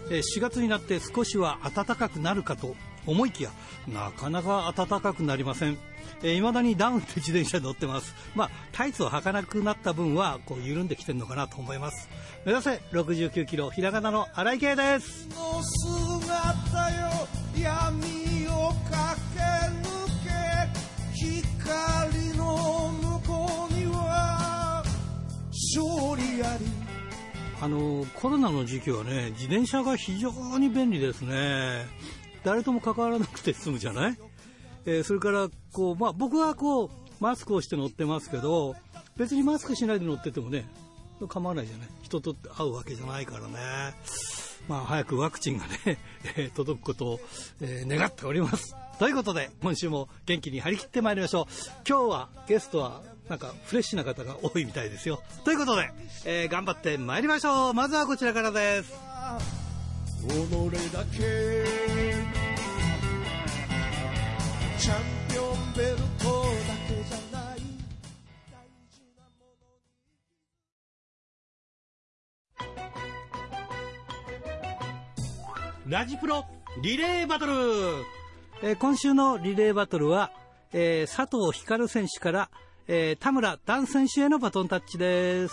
4月になって少しは暖かくなるかと思いきや、なかなか暖かくなりません。未だにダウンで自転車に乗ってます。タイツを履かなくなった分はこう緩んできてるのかなと思います。目指せ69キロ、ひらがなの荒井圭です。 の姿よ、闇を駆け抜け、光の向こうには勝利あり。 コロナの時期はね、自転車が非常に便利ですね。誰とも関わらなくて済むじゃない。それから僕はマスクをして乗ってますけど、別にマスクしないで乗っててもね構わないじゃない。人と会うわけじゃないからね。早くワクチンがね届くことを、願っております。ということで今週も元気に張り切ってまいりましょう。今日はゲストはなんかフレッシュな方が多いみたいですよ。ということで、頑張ってまいりましょう。まずはこちらからです。 己だけチャンピオンベルトだけじゃない大事なものに。ラジプロリレーバトル、今週のリレーバトルは、佐藤光選手から、田村段選手へのバトンタッチです。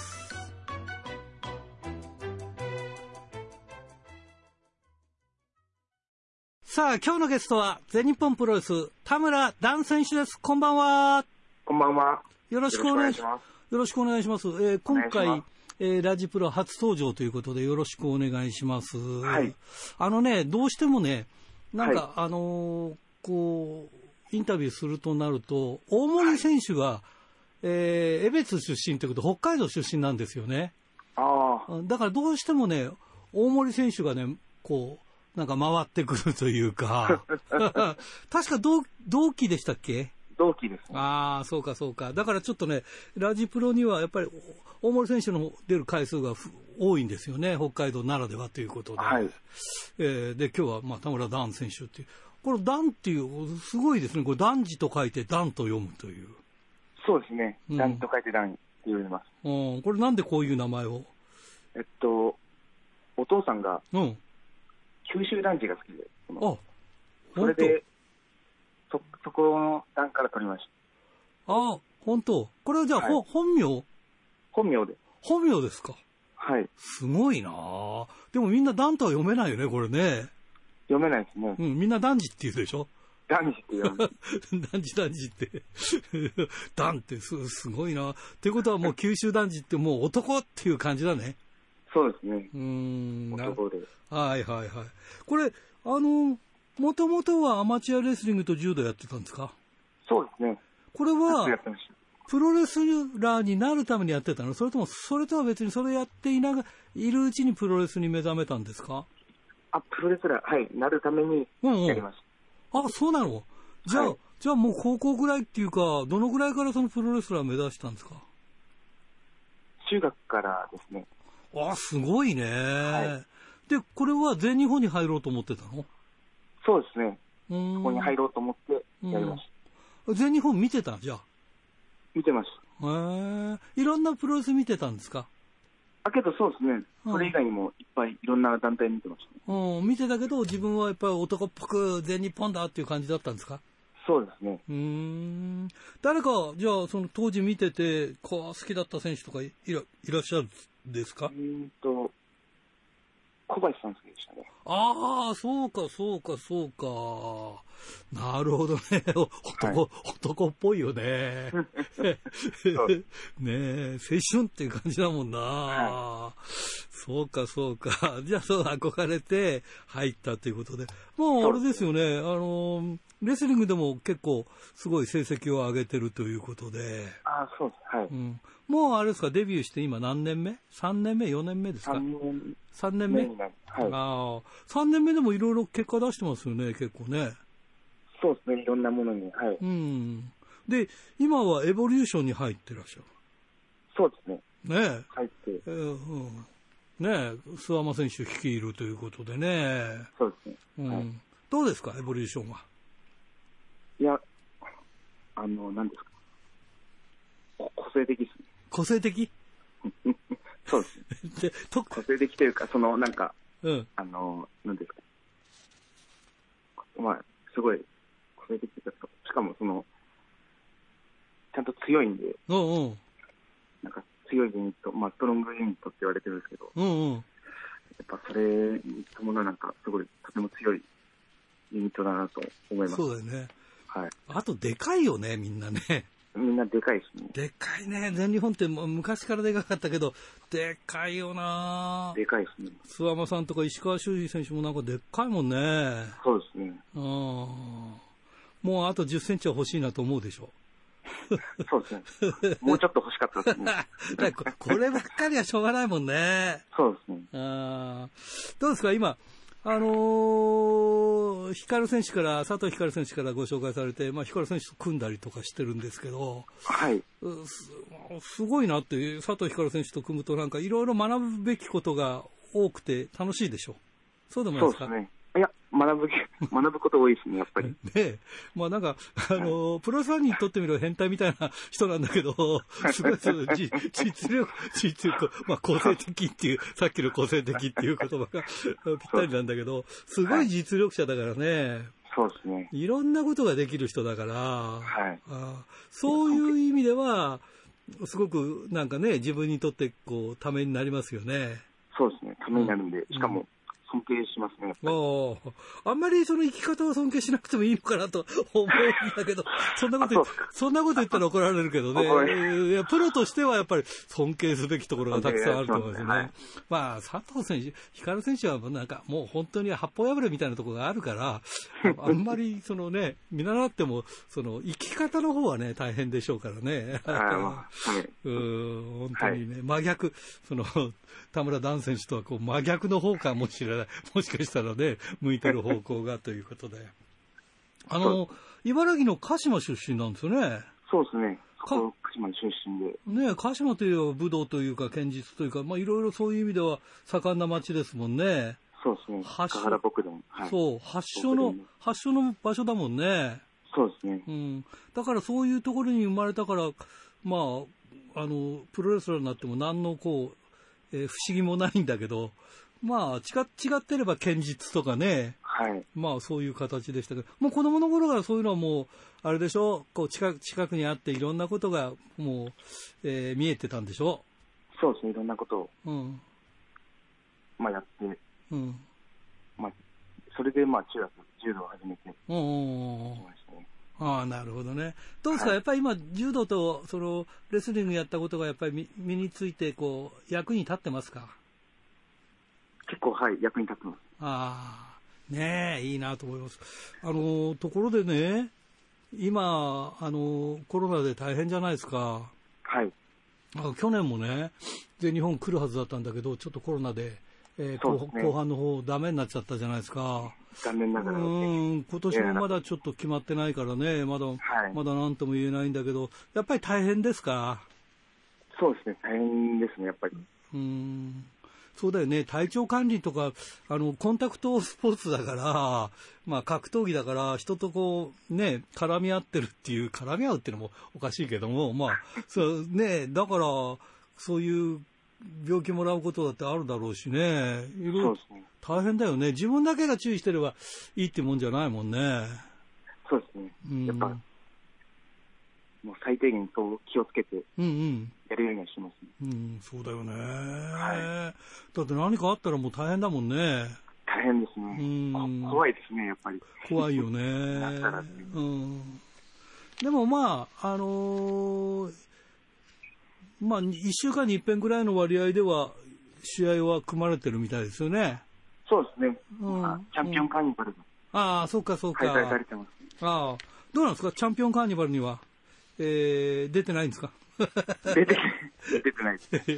さあ、今日のゲストは全日本プロレス田村段選手です。こんばんは。 こんばんは。 よろしくお願いします。よろしくお願いします。今回ラジプロ初登場ということでよろしくお願いします。 はい。 どうしてもね、なんか、 はい、 インタビューするとなると、大森選手が、江別出身ということで北海道出身なんですよね。だからどうしてもね、大森選手がね、なんか回ってくるというか確か同期でしたっけ？ 同期です、ね。 そうかそうか。だからちょっとね、ラジプロにはやっぱり大森選手の出る回数が多いんですよね、北海道ならではということで。 はい。 で今日は田村段選手っていう、この段っていうすごいですね。これ段字と書いて段と読むという。 そうですね。段と書いて段って言われます。 これなんでこういう名前を？ お父さんが九州男児が好きで、それでそこの段から取りました。 本当。これはじゃあ、はい、本名？ 本名で。 本名ですか？はい。すごいなぁ。でもみんな段とは読めないよね、これね。 読めないですね。 みんな男児って言うでしょ？ 男児って読む。 男児って。段ってすごいな。ってことはもう九州男児ってもう男っていう感じだね。 そうですね。男で。 はいはいはい。これ、もともとはアマチュアレスリングと柔道やってたんですか？ そうですね。 これは、プロレスラーになるためにやってたの？それとも、それとは別にそれやっているうちにプロレスに目覚めたんですか？ プロレスラー、はい、なるためにやりました。 そうなの？じゃあもう高校ぐらいっていうか、どのぐらいからそのプロレスラー目指したんですか？ 中学からですね。 すごいね、はい。で、これは全日本に入ろうと思ってたの？ そうですね。ここに入ろうと思ってやりました。 全日本見てた？じゃあ。 見てました。 いろんなプロレス見てたんですか？ けどそうですね。それ以外にもいっぱいいろんな団体見てました、 ね。見てたけど、自分はやっぱり男っぽく全日本だっていう感じだったんですか？ そうですね。 誰か、じゃあ、その当時見てて、好きだった選手とかいらっしゃるんですか？ 小林さん好きでしたね。 そうか、そうか、そうか。なるほどね。男っぽいよね。ねえ、青春っていう感じだもんな。そうか、そうか。じゃあ、憧れて入ったということで。あれですよね。レスリングでも結構すごい成績を上げてるということで。 そうです。はい。 もうあれですか、デビューして今何年目？ 3 年目 ?4 年目ですか？ 3年目。3年目でもいろいろ結果出してますよね、結構ね。 そうですね、いろんなものに。はい。 で、今はエボリューションに入ってらっしゃる。 そうですね。 ねえ。 入って。 ねえ、諏訪間選手率いるということでね。 そうですね。 どうですか、エボリューションは。 いや、何ですか。個性的ですね。 個性的？ そうですね。個性的というか、なんか、 なんですか。まあ、すごい、個性的だと。しかも、ちゃんと強いんで、なんか強いユニット、まあ、ストロングユニットって言われてるんですけど、やっぱそれに伴うなんか、すごい、とても強いユニットだなと思います。 そうだよね。 はい。 あと、でかいよね、みんなね。 みんなでかいですね。 でかいね。全日本って昔からでかかったけど、でかいよな。 でかいですね。 諏訪間さんとか石川修司選手もなんかでっかいもんね。 そうですね。 もうあと10センチは欲しいなと思うでしょ。 そうですね。もうちょっと欲しかったですね。 こればっかりはしょうがないもんね。 そうですね。 どうですか、今、光選手から、佐藤光選手からご紹介されて、まあ、光選手と組んだりとかしてるんですけど、 はい。 すごいなって、佐藤光選手と組むとなんかいろいろ学ぶべきことが多くて楽しいでしょ。そうでもないですか？ そうですね。いや、学ぶこと多いですね、やっぱり。 ね、まあなんか、プロレスファンにとってみると変態みたいな人なんだけど、すごい実力、まあ個性的っていう、さっきの個性的っていう言葉がぴったりなんだけど、すごい実力者だからね。 そうですね。 いろんなことができる人だから、 はい。 そういう意味では、すごくなんかね、自分にとってこう、ためになりますよね。 そうですね、ためになるんで、しかも、尊敬しますね。 あんまりその生き方を尊敬しなくてもいいのかなと思うんだけど、そんなこと言ったら怒られるけどね。いや、プロとしてはやっぱり尊敬すべきところがたくさんあると思いますね。はい、まあ、佐藤選手、光選手はなんかもう本当に八方破れみたいなところがあるから、あんまりそのね、見習っても、その生き方の方はね、大変でしょうからね。本当にね、真逆、田村段選手とはこう真逆の方かもしれない。もしかしたらね、向いてる方向がということで。茨城の鹿島出身なんですよね。 そうですね。鹿島出身で。 ね、鹿島というのは武道というか剣術というか、まあいろいろそういう意味では盛んな町ですもんね。 そうですね。原牧殿。 はい、そう、発祥の場所だもんね。 そうですね。 だからそういうところに生まれたから、まあ、プロレスラーになっても何のこう、不思議もないんだけど、まあ、違ってれば剣術とかね、 はい、 まあそういう形でしたけど、もう子供の頃からそういうのはもう、あれでしょ、こう近くにあっていろんなことがもう、見えてたんでしょ。 そうですね、いろんなことを、まあやって、まあ、それでまあ中学、柔道を始めて、 なるほどね。どうですか、やっぱり今、柔道とレスリングやったことがやっぱり身について、こう、役に立ってますか？ 結構、はい、役に立ってます。ねえ、いいなと思います。ところでね、今、コロナで大変じゃないですか。 はい。 去年もね、全日本来るはずだったんだけど、ちょっとコロナで、後半の方ダメになっちゃったじゃないですか。 残念ながら。 今年もまだちょっと決まってないからね、まだ何とも言えないんだけど、やっぱり大変ですか？ そうですね、大変ですね、やっぱり。 そうだよね、体調管理とか、コンタクトスポーツだから、まあ格闘技だから、人とこう、ね、絡み合うっていうのもおかしいけども、まあ、そうね、だから、そういう病気もらうことだってあるだろうしね、いろいろ大変だよね。自分だけが注意してればいいってもんじゃないもんね。 そうですね。やっぱ、もう最低限と気をつけて、やるようにはしますね。 そうだよね。はい、だって何かあったらもう大変だもんね。 大変ですね。怖いですね、やっぱり。 怖いよね。でもまあ、まあ、1週間に一遍ぐらいの割合では、試合は組まれてるみたいですよね。 そうですね。チャンピオンカーニバルが。 そうか。開催されてます。 どうなんですか、チャンピオンカーニバルには。出てないんですか？ 出てないです。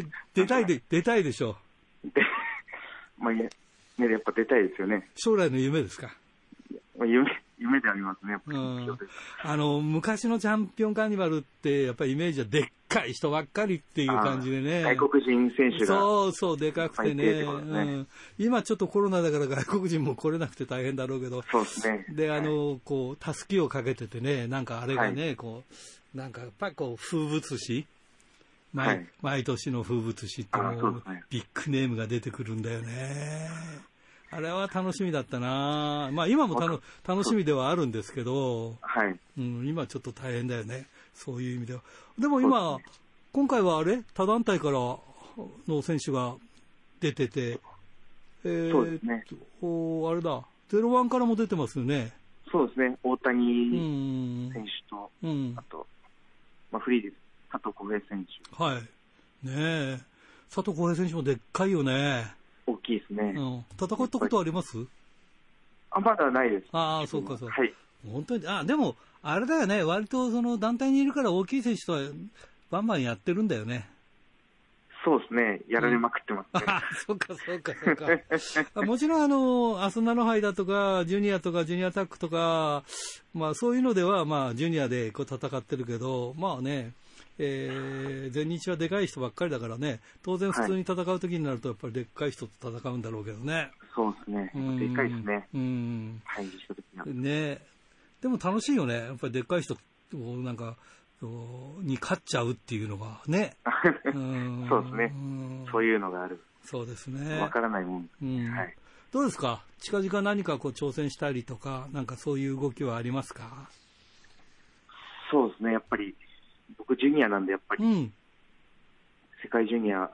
出たいでしょ。 まあ、やっぱ出たいですよね。 将来の夢ですか？ 夢でありますね。 昔のチャンピオンカーニバルってやっぱりイメージはでっかい人ばっかりっていう感じでね。 外国人選手が。 そう、でかくてね。今ちょっとコロナだから外国人も来れなくて大変だろうけど。 そうですね。 で、こう、たすきをかけててね、なんかあれがね、こう、なんかやっぱりこう、風物詩毎年の風物詩ってビッグネームが出てくるんだよね。あれは楽しみだったな。まあ今も楽しみではあるんですけど、今ちょっと大変だよね。そういう意味では。でも今回は他団体からの選手が出てて、 そうですね。 あれだ、01からも出てますよね。 そうですね。大谷選手と、あと、フリーです。佐藤浩平選手。 はい。ねえ。佐藤浩平選手もでっかいよね。 大きいですね。 戦ったことあります？ まだないです。 ああ、そうかそうか。 はい。 本当に、でも、あれだよね。割とその団体にいるから大きい選手とはバンバンやってるんだよね。 そうですね。やられまくってますね。 そうか。もちろんアスナの杯だとか、ジュニアとか、ジュニアタックとか、そういうのでは、ジュニアで戦ってるけど、全日はでかい人ばっかりだからね、当然普通に戦う時になると、やっぱりでっかい人と戦うんだろうけどね。 そうですね。でかいですね。対峙した時には。 ね。でも楽しいよね。やっぱりでっかい人に勝っちゃうっていうのがね。 そうですね。そういうのがある。 そうですね。 わからないもん。 どうですか？近々何か挑戦したりとか、なんかそういう動きはありますか？ そうですね。やっぱり、僕ジュニアなんで、やっぱり、世界ジュニア。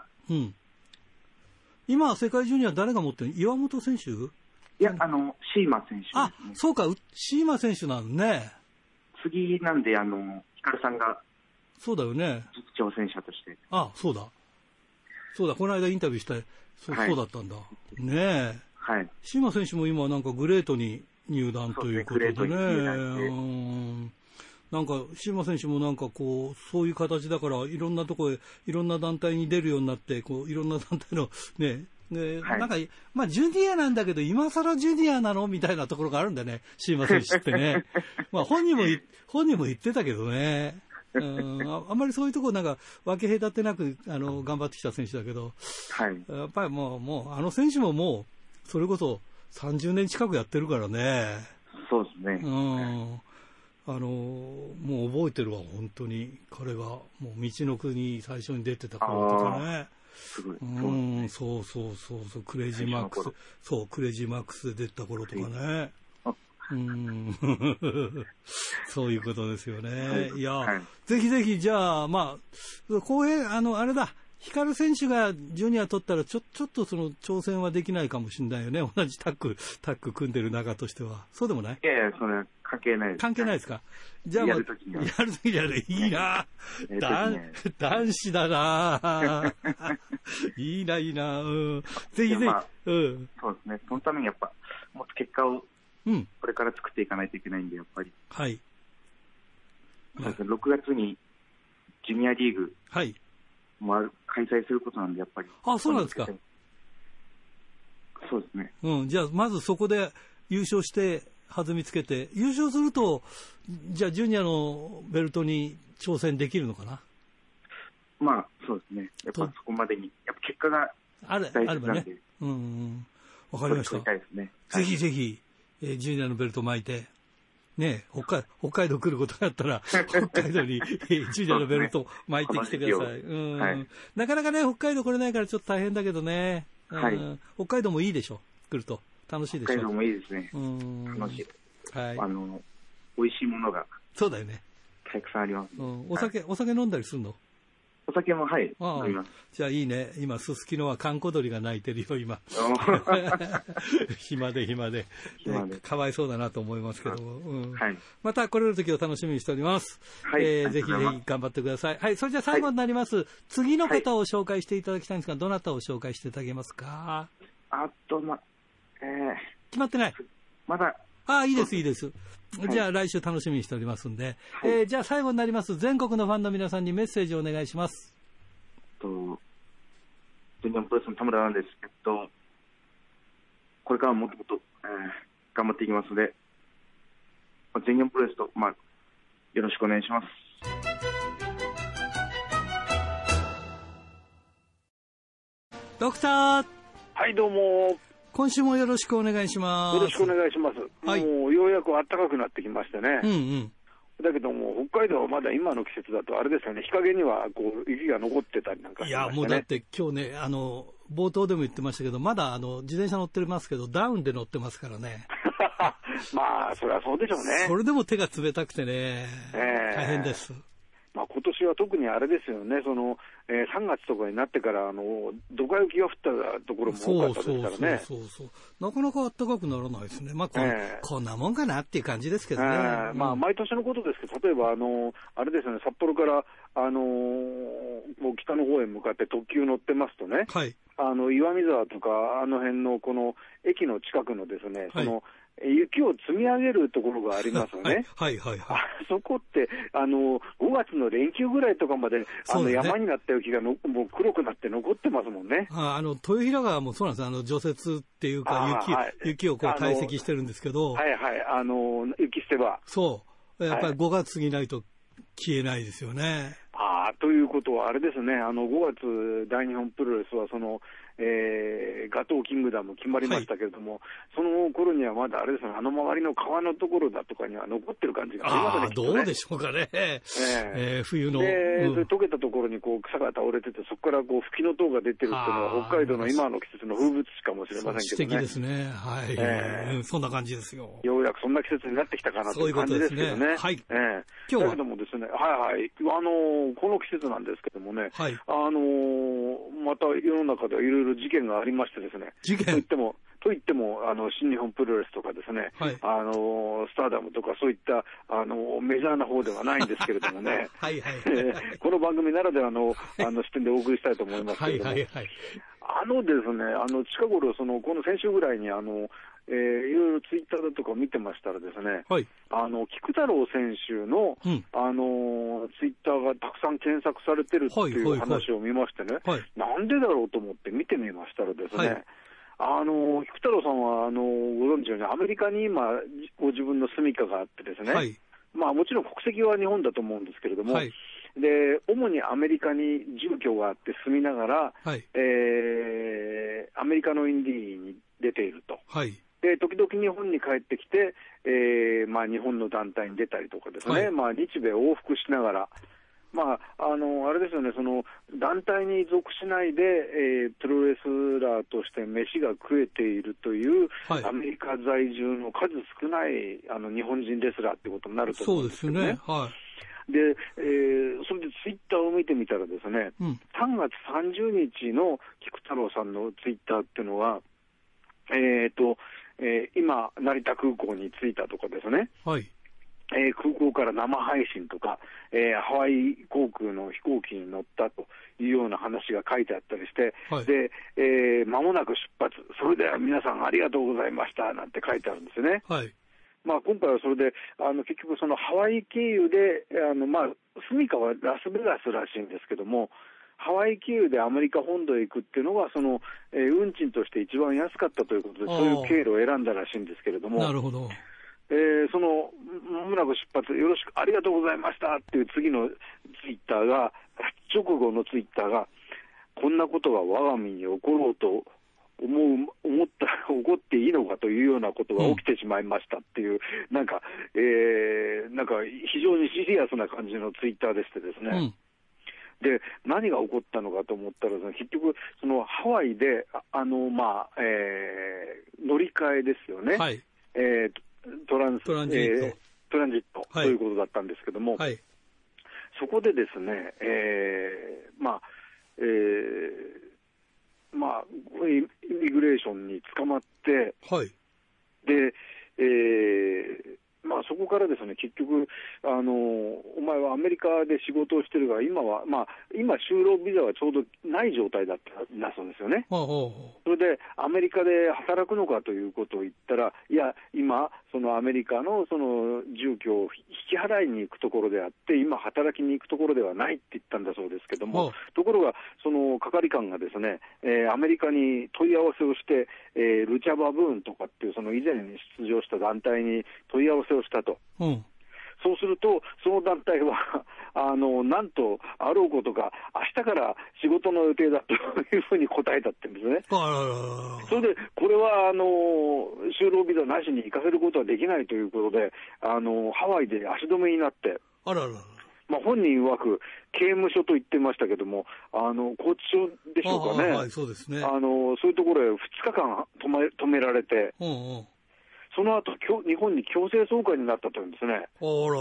今、世界ジュニア誰が持ってる？岩本選手？ いや、シーマ選手ですね。 そうか、シーマ選手なんね。 次なんで、ヒカルさんが、 そうだよね。 挑戦者として。 そうだ。この間インタビューして、そうだったんだ。ねえ。 はい。 シーマ選手も今なんかグレートに入団ということでね。なんか、シーマ選手もなんかそういう形だから、いろんなとこへ、いろんな団体に出るようになって、いろんな団体のね、なんか、ジュニアなんだけど、今更ジュニアなのみたいなところがあるんだね、シーマ選手ってね。本人も言ってたけどね。あんまりそういうところなんか分け隔てなく頑張ってきた選手だけど、やっぱりもう選手ももうそれこそ30年近くやってるからね。 そうですね。 もう覚えてるわ、本当に。彼がもう道の国最初に出てた頃とかね。 すごい。 そう、クレイジーマックス、クレイジーマックスで出た頃とかね。そういうことですよね。いや、ぜひぜひ、じゃあ、公平、あれだ、ヒカル選手がジュニア取ったら、ちょっとその挑戦はできないかもしれないよね。同じタッグ組んでる中としては。そうでもない？ いや、それは関係ないです。 関係ないですか？じゃあ、やるときにやる。いいな。男子だな。いいな。ぜひぜひ。そうですね。そのためにやっぱ、もっと結果を、これから作っていかないといけないんで、やっぱり。 はい。 そうですね。6月に、ジュニアリーグ。 はい。 開催することなんで、やっぱり。 そうなんですか。 そうですね。 じゃあ、まずそこで優勝して、弾みつけて、優勝すると、じゃあ、ジュニアのベルトに挑戦できるのかな？ そうですね。やっぱそこまでに、やっぱ結果が大事なんで。 わかりました。ぜひぜひ、ジュニアのベルト巻いて、ね、北海道来ることがあったら、北海道にジュニアのベルト巻いてきてください。なかなかね、北海道来れないからちょっと大変だけどね。北海道もいいでしょ、来ると。楽しいでしょ。 北海道もいいですね。楽しい。美味しいものが。 そうだよね。 たくさんあります。 お酒飲んだりするの？ お酒も、飲みます。 じゃあいいね。今、すすきのは閑古鳥が鳴いてるよ、今。暇で。かわいそうだなと思いますけども。また来れる時を楽しみにしております。ぜひぜひ頑張ってください。はい、それじゃあ最後になります。次の方を紹介していただきたいんですが、どなたを紹介していただけますか？決まってない？ まだ。 いいです。じゃあ来週楽しみにしておりますんで。じゃあ最後になります。全国のファンの皆さんにメッセージをお願いします。 全日本プロレスの田村なんです。これからもっともっと、頑張っていきますので、全日本プロレスと、よろしくお願いします。 ドクター。 はい、どうも。 今週もよろしくお願いします。 よろしくお願いします。もうようやく暖かくなってきましてね。 だけども、北海道はまだ今の季節だと、あれですよね、日陰にはこう雪が残ってたりなんかしてましたね。 いや、もうだって今日ね、冒頭でも言ってましたけど、まだ自転車乗ってますけど、ダウンで乗ってますからね。 まあ、それはそうでしょうね。 それでも手が冷たくてね、大変です。 まあ、今年は特にあれですよね、3月とかになってから、ドカ雪が降ったところも多かったですからね。 なかなか暖かくならないですね。まあこんなもんかなっていう感じですけどね。 まあ、毎年のことですけど、例えば、あれですよね、札幌から、もう北の方へ向かって特急乗ってますとね、 はい、 岩見沢とか、あの辺のこの駅の近くのですね、 はい、 雪を積み上げるところがありますよね。そこって、5月の連休ぐらいとかまで、山になった雪がもう黒くなって残ってますもんね。 豊平川もそうなんです。除雪っていうか、雪をこう堆積してるんですけど。 雪捨て場。 そう。やっぱり5月過ぎないと消えないですよね。 ということは、あれですね、5月大日本プロレスは、ガトーキングダム決まりましたけれども、その頃にはまだあれですね、周りの川のところだとかには残ってる感じがありますね。 どうでしょうかね。冬の。 溶けたところにこう草が倒れてて、そこからこう吹きの塔が出てるっていうのは、北海道の今の季節の風物詩かもしれませんけどね。 素敵ですね。はい。そんな感じですよ。 ようやくそんな季節になってきたかなという感じですけどね。 はい。 今日は。だけどもですね、この季節なんですけどもね、また世の中ではいろいろ事件がありましてですね、といっても新日本プロレスとかですね、スターダムとかそういったメジャーな方ではないんですけれどもね、この番組ならではの視点でお送りしたいと思いますけれども、ですね、近頃この先週ぐらいにいろいろツイッターだとか見てましたらですね、菊太郎選手の、ツイッターがたくさん検索されてるっていう話を見ましてね、なんでだろうと思って見てみましたらですね、菊太郎さんはご存知のようにアメリカに今ご自分の住処があってですね、まあもちろん国籍は日本だと思うんですけれども、で主にアメリカに住居があって住みながら、アメリカのインディーに出ていると。で時々日本に帰ってきて、日本の団体に出たりとかですね、日米往復しながら、あれですよね、団体に属しないで、プロレスラーとして飯が食えているという、アメリカ在住の数少ない日本人レスラーってことになると思うんですよね。で、それでツイッターを見てみたらですね、3月30日の菊太郎さんのツイッターっていうのは、今、成田空港に着いたとかですね、空港から生配信とか、ハワイ航空の飛行機に乗ったというような話が書いてあったりして、で、間もなく出発、それでは皆さんありがとうございましたなんて書いてあるんですよね。今回はそれで、結局ハワイ経由で、住処はラスベガスらしいんですけども、ハワイ経由でアメリカ本土へ行くっていうのが運賃として一番安かったということで、そういう経路を選んだらしいんですけれども、 なるほど。 まもなく出発、よろしくありがとうございましたっていう次のツイッターが、直後のツイッターが、こんなことが我が身に起ころうと起こっていいのかというようなことが起きてしまいましたっていう、なんか非常にシリアスな感じのツイッターでしてですね。で、何が起こったのかと思ったら、結局、ハワイで、乗り換えですよね。トランジットということだったんですけども、そこでですね、イミグレーションに捕まって、で、そこからですね、結局、お前はアメリカで仕事をしてるが、今就労ビザはちょうどない状態だったんだそうですよね。それで、アメリカで働くのかということを言ったら、いや、今、アメリカの住居を引き払いに行くところであって、今、働きに行くところではないって言ったんだそうですけども、ところが、係官がですね、アメリカに問い合わせをして、ルチャバブーンとかっていう、以前に出場した団体に問い合わせをしたと。 そうすると、その団体はなんとあろうことか、明日から仕事の予定だというふうに答えたって言うんですね。それで、これは就労ビザなしに行かせることはできないということで、ハワイで足止めになって、本人曰く刑務所と言ってましたけども、拘置所でしょうかね、 そうですね、 そういうところへ2日間止められて、その後日本に強制送還になったというんですね。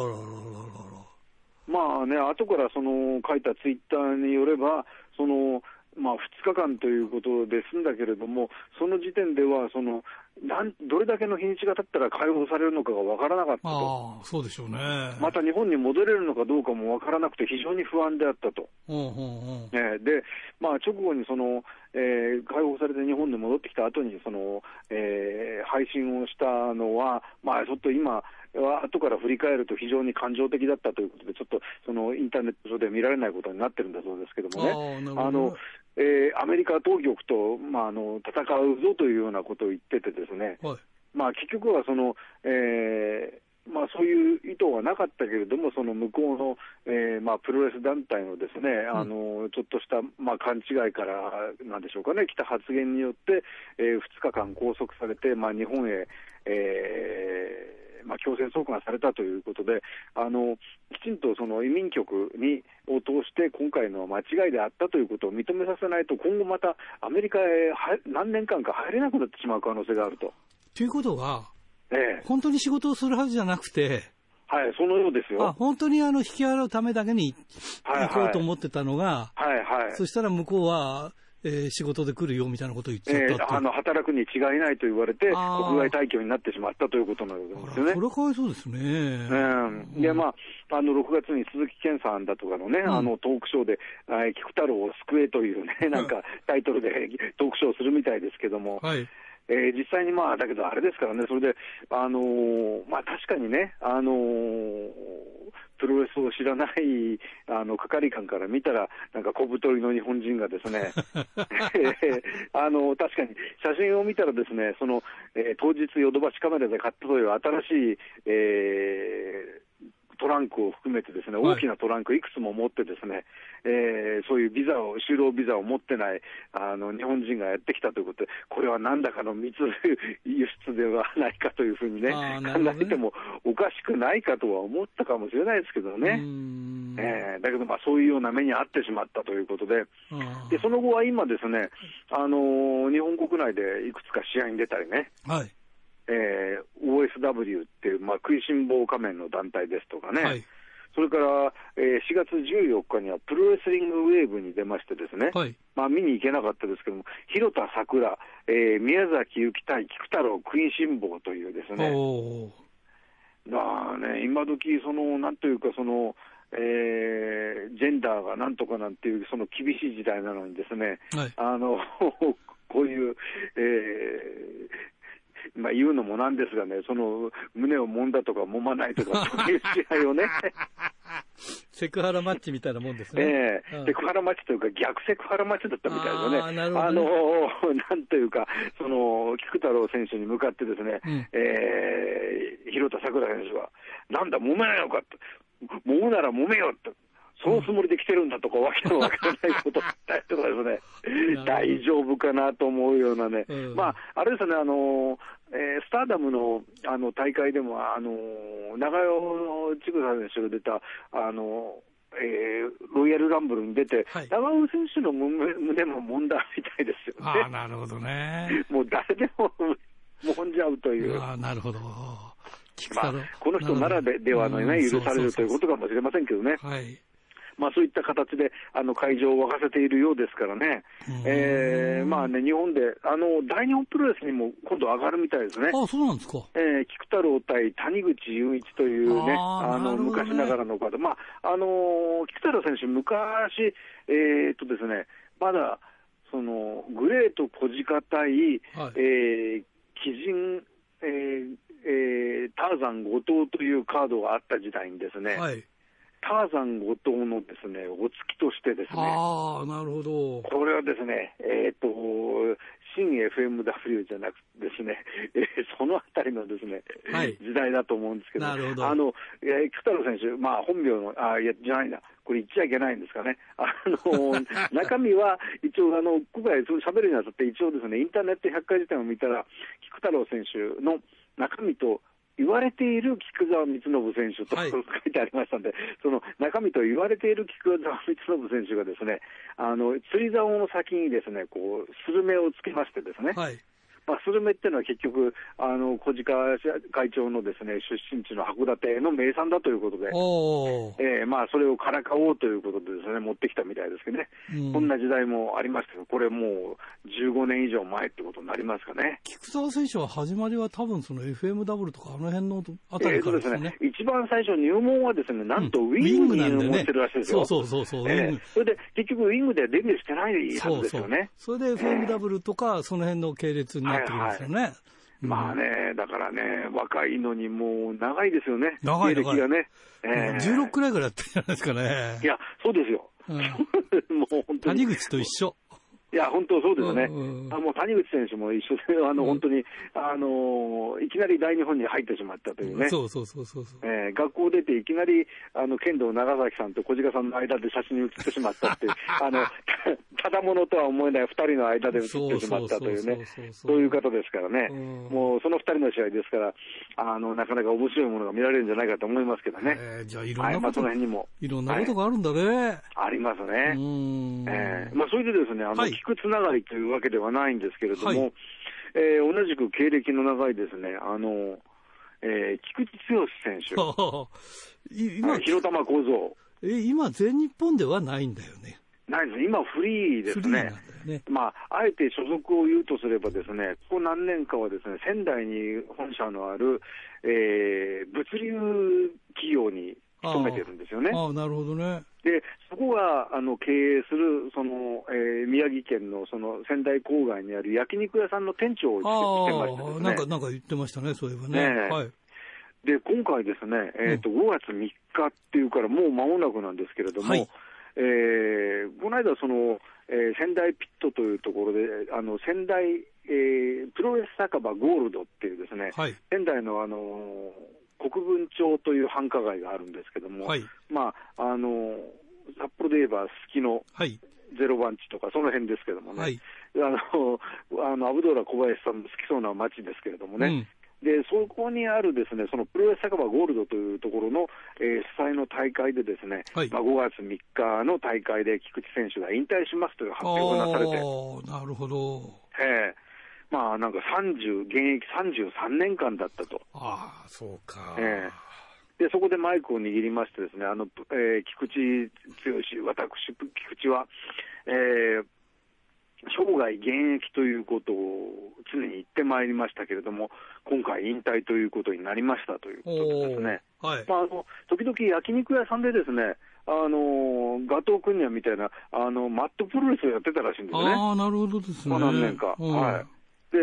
まあね、後から書いたツイッターによれば、2日間ということで済んだけれども、その時点ではどれだけの日にちが経ったら解放されるのかが分からなかったと。 そうでしょうね。 また日本に戻れるのかどうかも分からなくて非常に不安であったと。で、直後に解放されて日本に戻ってきた後に配信をしたのは、ちょっと今後から振り返ると非常に感情的だったということで、ちょっとインターネット上で見られないことになってるんだそうですけどもね。アメリカ当局と、戦うぞというようなことを言っててですね、結局はそういう意図はなかったけれども、向こうの、プロレス団体のですね、ちょっとした、勘違いからなんでしょうかね、来た発言によって、2日間拘束されて、日本へ、強制送還されたということで、きちんと移民局を通して今回の間違いであったということを認めさせないと、今後またアメリカへ何年間か入れなくなってしまう可能性があると。 ということは、本当に仕事をするはずじゃなくて、 そのようですよ。 本当に引き払うためだけに行こうと思ってたのが、そしたら向こうは、仕事で来るよみたいなことを言っちゃったって、 働くに違いないと言われて、国外退去になってしまったということなんですよね。 それはかわいそうですね。 で、6月に鈴木健さんだとかのね、トークショーで、菊太郎を救えというね、なんかタイトルでトークショーをするみたいですけども、実際にだけどあれですからね、それで、確かにね、プロレスを知らない係官から見たら、なんか小太りの日本人がですね、確かに写真を見たらですね、当日ヨドバシカメラで買ったという新しい、トランクを含めてですね、大きなトランクいくつも持ってですね、そういう就労ビザを持ってない日本人がやってきたということで、これは何らかの密輸出ではないかというふうにね、考えてもおかしくないかとは思ったかもしれないですけどね。だけどそういうような目に遭ってしまったということで、その後は今ですね、日本国内でいくつか試合に出たりね、OSW っていう、食いしん坊仮面の団体ですとかね、それから4月14日にはプロレスリングウェーブに出ましてですね、見に行けなかったですけども、広田さくら、宮崎ゆき対菊太郎食いしん坊というですね、今時なんというかジェンダーがなんとかなんていう厳しい時代なのにですね、こういう、言うのもなんですがね、胸を揉んだとか揉まないとか、そういう試合をね。 セクハラマッチみたいなもんですね。 セクハラマッチというか、逆セクハラマッチだったみたいですね。なんというか、菊太郎選手に向かってですね、広田さくら選手は、なんだ、揉めないのかと。揉むなら揉めよと。そのつもりで来てるんだとか、わけのわからないことだったりとかですね、大丈夫かなと思うようなね、あれですね、スターダムの大会でも、長与千草選手が出た、ロイヤルランブルに出て、長尾選手の胸も揉んだみたいですよね。 なるほどね。 もう誰でも揉んじゃうという。 なるほど。 この人ならではのね、許されるということかもしれませんけどね。そういった形で会場を沸かせているようですからね、日本で大日本プロレスにも今度上がるみたいですね。 そうなんですか。 菊太郎対谷口雄一というね、昔ながらの方、菊太郎選手、昔、ですね、まだグレート小鹿対、鬼人、ターザン後藤というカードがあった時代にですね、 ターザン後藤のですね、お付きとしてですね。 ああ、なるほど。 これはですね、新 FMW じゃなくてですね、そのあたりのですね、はい、時代だと思うんですけど、 なるほど。 菊太郎選手、まあ本名の、じゃないな。これ言っちゃいけないんですかね。中身は一応今回喋るにあたって一応ですね、インターネット百科事典を見たら、菊太郎選手の中身と言われている菊澤光信選手と、はい、書いてありましたんで、その中身と言われている菊澤光信選手がですね、釣り竿の先にですね、こう、スルメをつけましてですね、はい、まあ、スルメっていうのは結局、小鹿会長のですね、出身地の函館の名産だということで、まあ、それをからかおうということでですね、持ってきたみたいですけどね、こんな時代もありましたけど、これもう15年以上前ってことになりますかね。 菊澤選手は始まりは多分その FMW とかあの辺のあたりからですね。 一番最初入門はですね、なんとウィングに入門してるらしいですよ。 そう。それで結局ウィングでデビューしてないはずですよね。 それで FMW とかその辺の系列になってきますよね。はいはい、 まあね、だからね、若いのにもう長いですよね。 長い歴がね。 16くらいぐらいやってるじゃないですかね。 いや、そうですよ。 もう本当に。谷口と一緒。 いや、本当そうですね。もう谷口選手も一緒で、本当に、いきなり大日本に入ってしまったというね。 そう。 学校出ていきなり、剣道長崎さんと小鹿さんの間で写真に写ってしまったっていう、ただものとは思えない二人の間で写ってしまったというね、そういう方ですからね。もうその二人の試合ですから、なかなか面白いものが見られるんじゃないかと思いますけどね。 じゃあいろんなこと、 その辺にも。 いろんなことがあるんだね。 ありますね。まあそれでですね、菊つながりというわけではないんですけれども、同じく経歴の長いですね、菊池剛選手。今、広玉構造。 今、全日本ではないんだよね。 ないです。今、フリーですね。まあ、あえて所属を言うとすればですね、ここ何年かはですね、仙台に本社のある、物流企業に勤めてるんですよね。 なるほどね。 で、そこが経営する宮城県の仙台郊外にある焼肉屋さんの店長をしてましてですね。 なんか言ってましたね、そういえばね。はい。 で、今回ですね、5月3日っていうからもう間もなくなんですけれども、この間仙台ピットというところで、仙台、プロレス酒場ゴールドっていうですね、仙台の国分町という繁華街があるんですけども、まあ、札幌で言えばすすきのゼロ番地とかその辺ですけどもね、アブドーラ小林さんも好きそうな街ですけれどもね、でそこにあるですね、そのプロレス酒場ゴールドというところの、主催の大会でですね、5月3日の大会で菊池選手が引退しますという発表がなされて、 なるほど。 まあなんか現役33年間だったと。 そうか。 でそこでマイクを握りましてですね、菊池剛、私菊池は、生涯現役ということを常に言ってまいりましたけれども、今回引退ということになりましたということでですね、まあ、時々焼肉屋さんでですね、ガトークンニャみたいなマットプロレスをやってたらしいんですね。 なるほどですね。 何年か。で、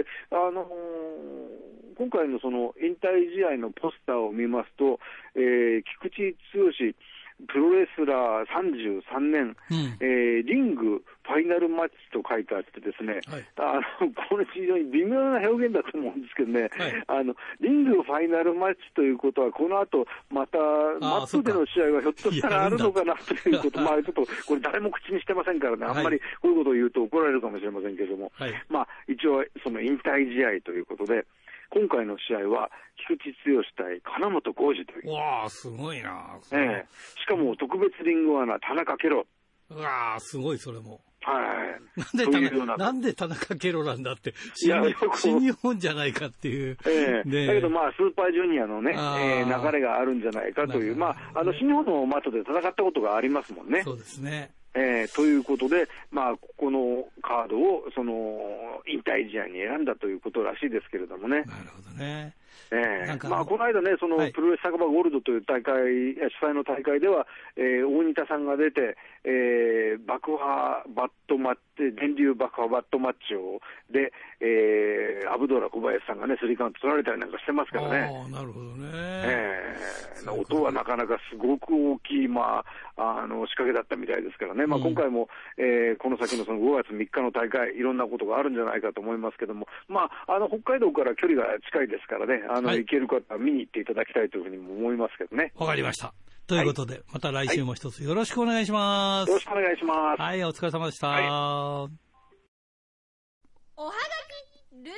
今回のその引退試合のポスターを見ますと、菊池剛プロレスラー33年、リングファイナルマッチと書いてあってですね、これ非常に微妙な表現だと思うんですけどね、リングファイナルマッチということは、この後またマットでの試合はひょっとしたらあるのかなということ、まあちょっとこれ誰も口にしてませんからね、あんまりこういうことを言うと怒られるかもしれませんけれども、まあ一応その引退試合ということで、今回の試合は菊池剛対金本浩二という。 すごいな。 しかも特別リングアナ田中ケロ。 すごいそれも。 なんで田中ケロなんだって、新日本じゃないかっていう。だけどまあスーパージュニアのね、流れがあるんじゃないかという、まあ新日本のマットで戦ったことがありますもんね。 そうですね。 ということで、まあ、このカードを引退試合に選んだということらしいですけれどもね。 なるほどね。 まあ、この間ね、そのプロレス酒場ゴールドという大会、主催の大会では、大仁田さんが出て、爆破バットマッチ、電流爆破バットマッチをで、アブドーラ小林さんがね、スリーカウント取られたりなんかしてますからね。 なるほどね。 音はなかなかすごく大きい、まあ、仕掛けだったみたいですからね、まあ、今回も、この先のその5月3日の大会、いろんなことがあるんじゃないかと思いますけども、まあ、北海道から距離が近いですからね、行ける方は見に行っていただきたいというふうにも思いますけどね。 わかりました。ということで、また来週も一つよろしくお願いします。 よろしくお願いします。 はい、お疲れ様でした。 おはがき、ルチャ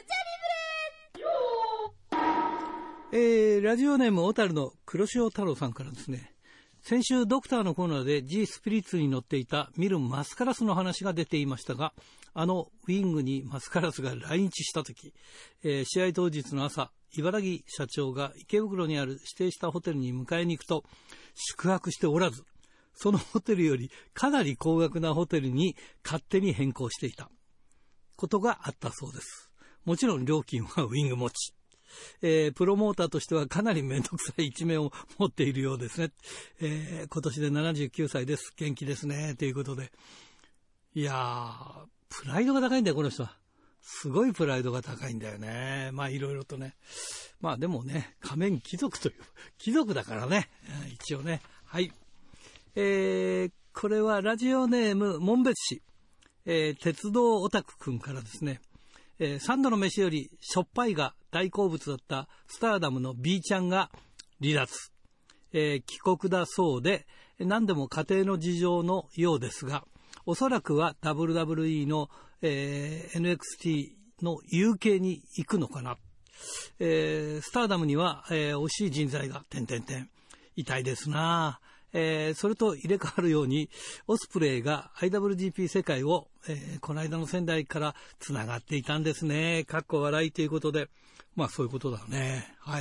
リブレラジオネーム小樽の黒潮太郎さんからですね、先週ドクターのコーナーで G スピリッツに乗っていたミルマスカラスの話が出ていましたが、ウィングにマスカラスが来日したとき、試合当日の朝、茨城社長が池袋にある指定したホテルに迎えに行くと、宿泊しておらず、そのホテルよりかなり高額なホテルに勝手に変更していたことがあったそうです。もちろん料金はウィング持ち。プロモーターとしてはかなりめんどくさい一面を持っているようですね。今年で79歳です。元気ですね。ということで。いやー、プライドが高いんだよ、この人は。すごいプライドが高いんだよね。まあいろいろとね。まあでもね、仮面貴族という、貴族だからね。一応ね。はい。これはラジオネーム、門別市、鉄道オタクくんからですね。3度の飯よりしょっぱいが大好物だったスターダムの B ちゃんが離脱、帰国だそうで、何でも家庭の事情のようですが、おそらくは WWE の、NXT の UK に行くのかな。スターダムには、惜しい人材が痛いですな。それと入れ替わるようにオスプレイが IWGP 世界を、この間の仙台からつながっていたんですね。かっこ笑いということで、まあそういうことだね。はい。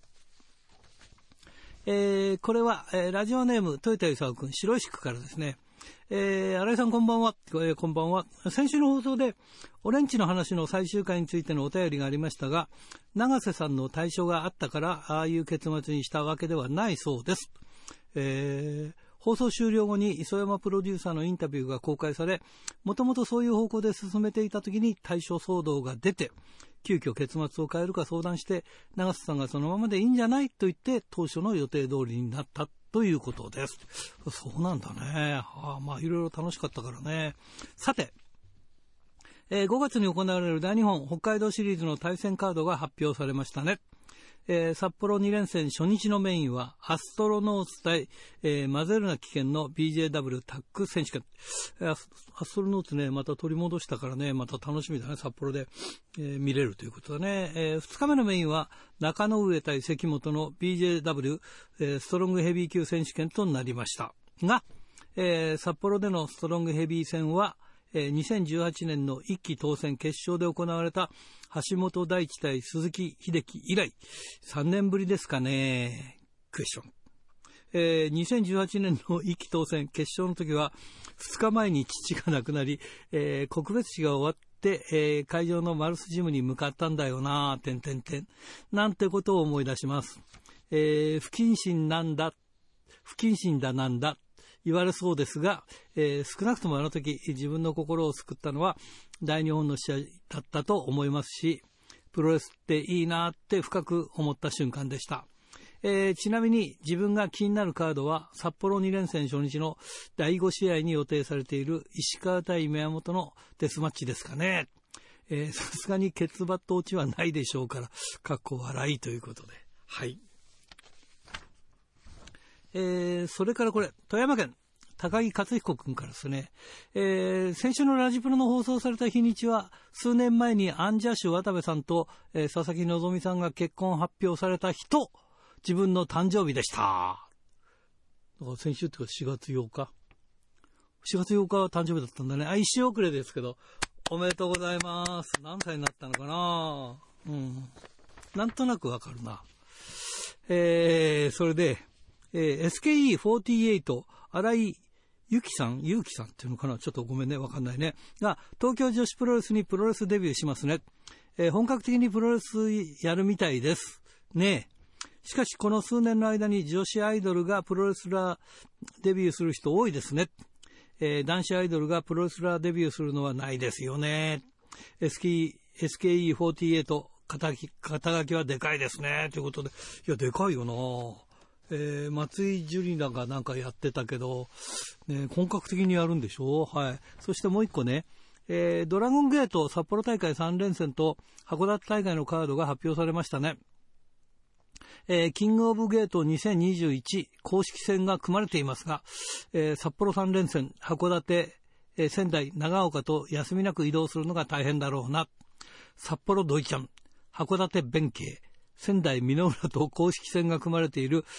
これは、ラジオネーム豊田勲さん君、白石区からですね。新井さんこんばんは、こんばんは。先週の放送でオレンジの話の最終回についてのお便りがありましたが、永瀬さんの対象があったからああいう結末にしたわけではないそうです。放送終了後に磯山プロデューサーのインタビューが公開され、もともとそういう方向で進めていた時に対処騒動が出て、急遽結末を変えるか相談して、永瀬さんがそのままでいいんじゃないと言って当初の予定通りになったということです。そうなんだね。まあいろいろ楽しかったからね。さて、5月に行われる大日本北海道シリーズの対戦カードが発表されましたね。札幌2連戦初日のメインはアストロノーツ対、マゼルナ危険の BJW タッグ選手権。アストロノーツね、また取り戻したからね、また楽しみだね、札幌で、見れるということだね。2日目のメインは中野上対関本の BJW、ストロングヘビー級選手権となりましたが、札幌でのストロングヘビー戦は2018年の一期当選決勝で行われた橋本大地対鈴木秀樹以来3年ぶりですかね。クエスチョン。2018年の一期当選決勝の時は2日前に父が亡くなり、告別式が終わって、会場のマルスジムに向かったんだよななんてことを思い出します。不謹慎だなんだ言われそうですが、少なくともあの時自分の心を救ったのは大日本の試合だったと思いますし、プロレスっていいなって深く思った瞬間でした。ちなみに自分が気になるカードは札幌2連戦初日の第5試合に予定されている石川対宮本のデスマッチですかね。さすがにケツバット落ちはないでしょうから、かっこ笑いということで。はい。それからこれ、富山県高木克彦君からですね、先週のラジプロの放送された日にちは数年前にアンジャッシュ渡部さんと、佐々木希さんが結婚発表された日と自分の誕生日でした。だから先週っていうか4月8日は誕生日だったんだね。1週遅れですけど、おめでとうございます。何歳になったのかな。なんとなくわかるな。それでSKE48 新井ゆきさんっていうのかな、ちょっとごめんね、わかんないねが東京女子プロレスにプロレスデビューしますね。本格的にプロレスやるみたいです。 ねえ。しかしこの数年の間に女子アイドルがプロレスラーデビューする人多いですね。男子アイドルがプロレスラーデビューするのはないですよね。SKE48 肩書きはでかいですね。ということで、いや、でかいよな。松井樹里奈がなんかやってたけど、ね、本格的にやるんでしょう。はい。そしてもう一個ね、ドラゴンゲート札幌大会3連戦と函館大会のカードが発表されましたね。キングオブゲート2021公式戦が組まれていますが、札幌3連戦、函館、仙台、長岡と休みなく移動するのが大変だろうな。札幌ドイちゃん、函館弁慶、仙台美濃浦と公式戦が組まれている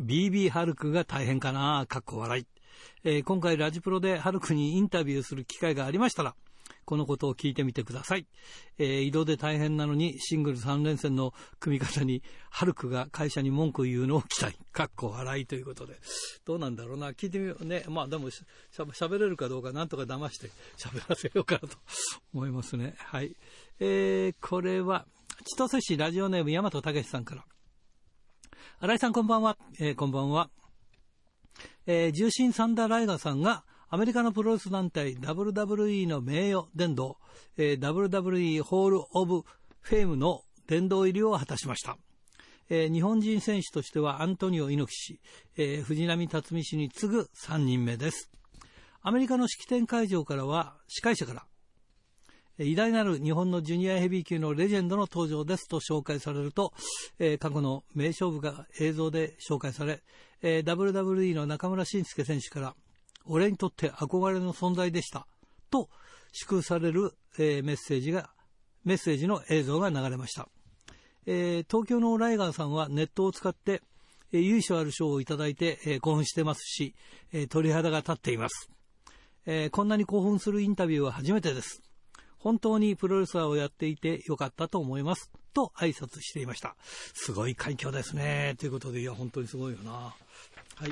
BB ハルクが大変かな、かっこ笑い。今回ラジプロでハルクにインタビューする機会がありましたら、このことを聞いてみてください。移動で大変なのにシングル3連戦の組み方にハルクが会社に文句言うのを期待。かっこ笑いということで。どうなんだろうな。聞いてみようね。まあでも喋れるかどうかなんとか騙して喋らせようかなと思いますね。はい。これは千歳市ラジオネーム大和武さんから。新井さんこんばんは。こんばんは。重心サンダーライガーさんがアメリカのプロレス団体 WWE の名誉殿堂、WWE ホールオブフェイムの殿堂入りを果たしました。日本人選手としてはアントニオ猪木氏、藤波辰巳氏に次ぐ3人目です。アメリカの式典会場からは司会者から偉大なる日本のジュニアヘビー級のレジェンドの登場ですと紹介されると、過去の名勝負が映像で紹介され、WWE の中村慎介選手から俺にとって憧れの存在でしたと祝される、メッセージの映像が流れました。東京のライガーさんはネットを使って、由緒ある賞をいただいて、興奮してますし、鳥肌が立っています。こんなに興奮するインタビューは初めてです。本当にプロレスラーをやっていてよかったと思いますと挨拶していました。すごい快挙ですねということで、いや本当にすごいよな。はい。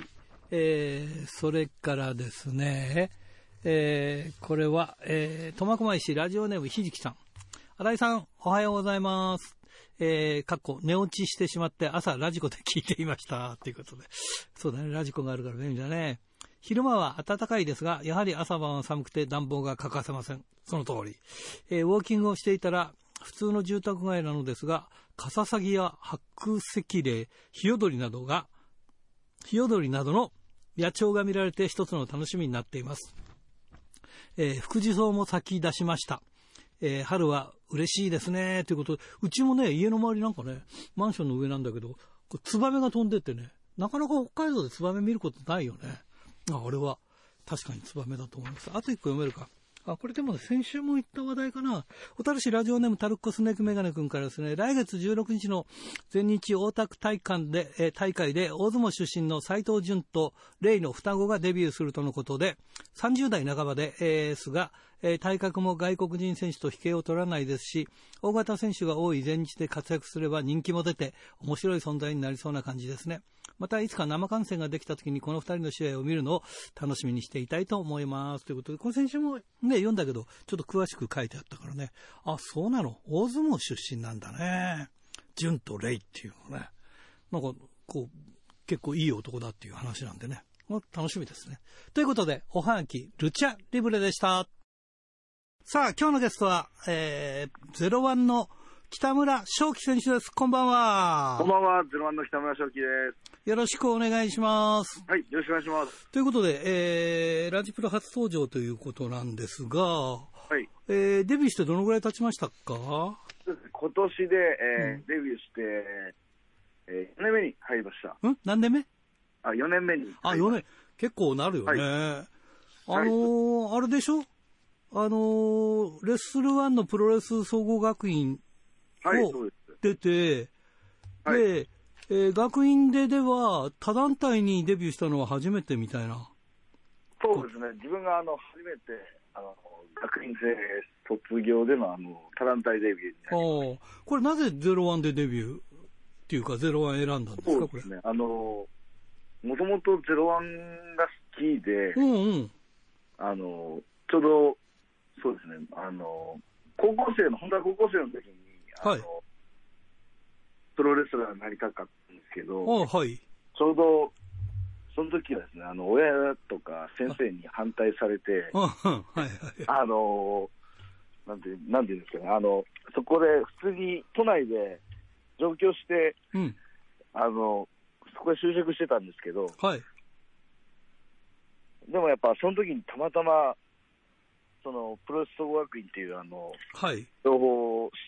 それからですね、これは、苫小牧市ラジオネームひじきさん。新井さんおはようございます。かっこ寝落ちしてしまって朝ラジコで聞いていましたということで、そうだね、ラジコがあるから便利だね。昼間は暖かいですが、やはり朝晩は寒くて暖房が欠かせません。その通り。ウォーキングをしていたら普通の住宅街なのですが、カササギや白石霊、ヒヨドリなどの野鳥が見られて一つの楽しみになっています。フクジソウも咲き出しました。春は嬉しいですねということで、うちもね、家の周りなんかね、マンションの上なんだけど、ツバメが飛んでってね、なかなか北海道でツバメ見ることないよね。あれは確かにツバメだと思います。あと一個読めるか。これでも、ね、先週も言った話題かな。小樽市ラジオネームタルッコスネークメガネ君からですね、来月16日の全日大田区大会で大相撲出身の斉藤潤とレイの双子がデビューするとのことで、30代半ばですが、体格も外国人選手と引けを取らないですし、大型選手が多い全日で活躍すれば人気も出て面白い存在になりそうな感じですね。またいつか生観戦ができた時にこの2人の試合を見るのを楽しみにしていたいと思いますということで、この先週もね読んだけどちょっと詳しく書いてあったからね、あ、そうなの、大相撲出身なんだね、潤とレイっていうのね、なんかこう結構いい男だっていう話なんでね、楽しみですね。ということで、おはがきルチャリブレでした。さあ今日のゲストは、01の北村正樹選手です。こんばんは。 こんばんは。01の北村正樹です。 よろしくお願いします。 はい、よろしくお願いします。 ということで、ラジプロ初登場ということなんですが、はい、デビューしてどのぐらい経ちましたか？ 今年で、デビューして、4年目に入りました。 何年目 ？4年目に。 4年。結構なるよね。はい、あれでしょ、レッスル1のプロレス総合学院を出て、はい、で、学院では他団体にデビューしたのは初めてみたいな。 そうですね。自分が初めて学院生卒業での他団体デビューになりました。 これなぜ01でデビューっていうか01選んだんですか？ そうですね。もともと01が好きで、ちょうどそうですね。本当は高校生の時に、はい、 プロレスラーになりたかったんですけど、 はい、 ちょうどその時はですね、親とか先生に反対されて、 はいはい、 なんていうんですかね、そこで普通に都内で上京して、 うん、 そこで就職してたんですけど、 はい、 でもやっぱその時にたまたまそのプロレス総合学院っていうはい、 情報を知って、